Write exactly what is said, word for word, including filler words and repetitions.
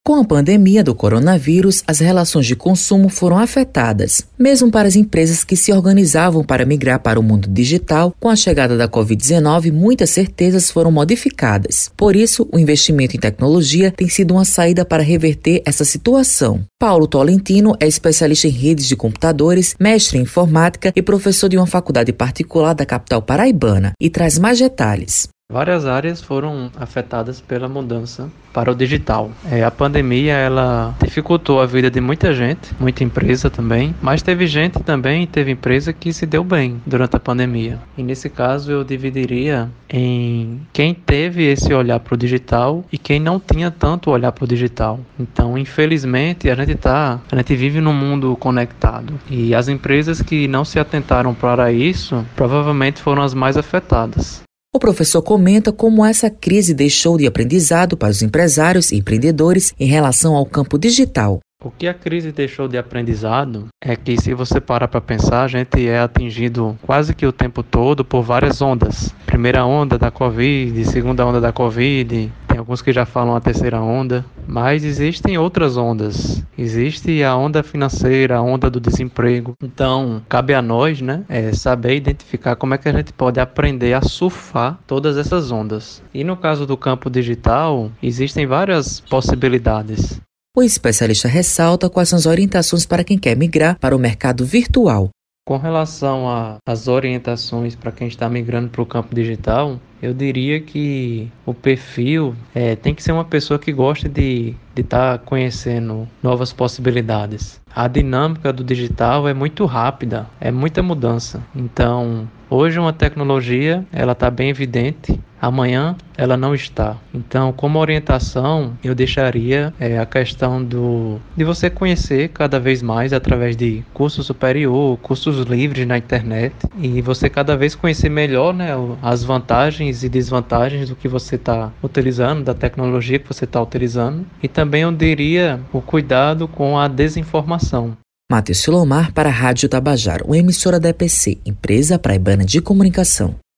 Com a pandemia do coronavírus, as relações de consumo foram afetadas, mesmo para as empresas que se organizavam para migrar para o mundo digital. Com a chegada da covid dezenove, muitas certezas foram modificadas. Por isso, o investimento em tecnologia tem sido uma saída para reverter essa situação. Paulo Tolentino é especialista em redes de computadores, mestre em informática e professor de uma faculdade particular da capital paraibana, e traz mais detalhes. Várias áreas foram afetadas pela mudança para o digital. É, a pandemia ela dificultou a vida de muita gente, muita empresa também, mas teve gente também, teve empresa que se deu bem durante a pandemia. E nesse caso eu dividiria em quem teve esse olhar para o digital e quem não tinha tanto olhar para o digital. Então, infelizmente, a gente tá, a gente vive num mundo conectado e as empresas que não se atentaram para isso provavelmente foram as mais afetadas. O professor comenta como essa crise deixou de aprendizado para os empresários e empreendedores em relação ao campo digital. O que a crise deixou de aprendizado é que, se você parar para pensar, a gente é atingido quase que o tempo todo por várias ondas. Primeira onda da Covid, segunda onda da Covid, tem alguns que já falam a terceira onda, mas existem outras ondas. Existe a onda financeira, a onda do desemprego. Então, cabe a nós, né, é saber identificar como é que a gente pode aprender a surfar todas essas ondas. E no caso do campo digital, existem várias possibilidades. O especialista ressalta quais são as orientações para quem quer migrar para o mercado virtual. Com relação às orientações para quem está migrando para o campo digital, eu diria que o perfil é, tem que ser uma pessoa que goste de estar tá conhecendo novas possibilidades. A dinâmica do digital é muito rápida, é muita mudança. Então, hoje uma tecnologia ela está bem evidente, amanhã ela não está. Então, como orientação, eu deixaria é, a questão do, de você conhecer cada vez mais através de curso superior, cursos livres na internet, e você cada vez conhecer melhor, né, as vantagens e desvantagens do que você está utilizando, da tecnologia que você está utilizando. E também eu diria o cuidado com a desinformação. Matheus Silomar para a Rádio Tabajara, uma emissora da E P C, Empresa Paraibana de Comunicação.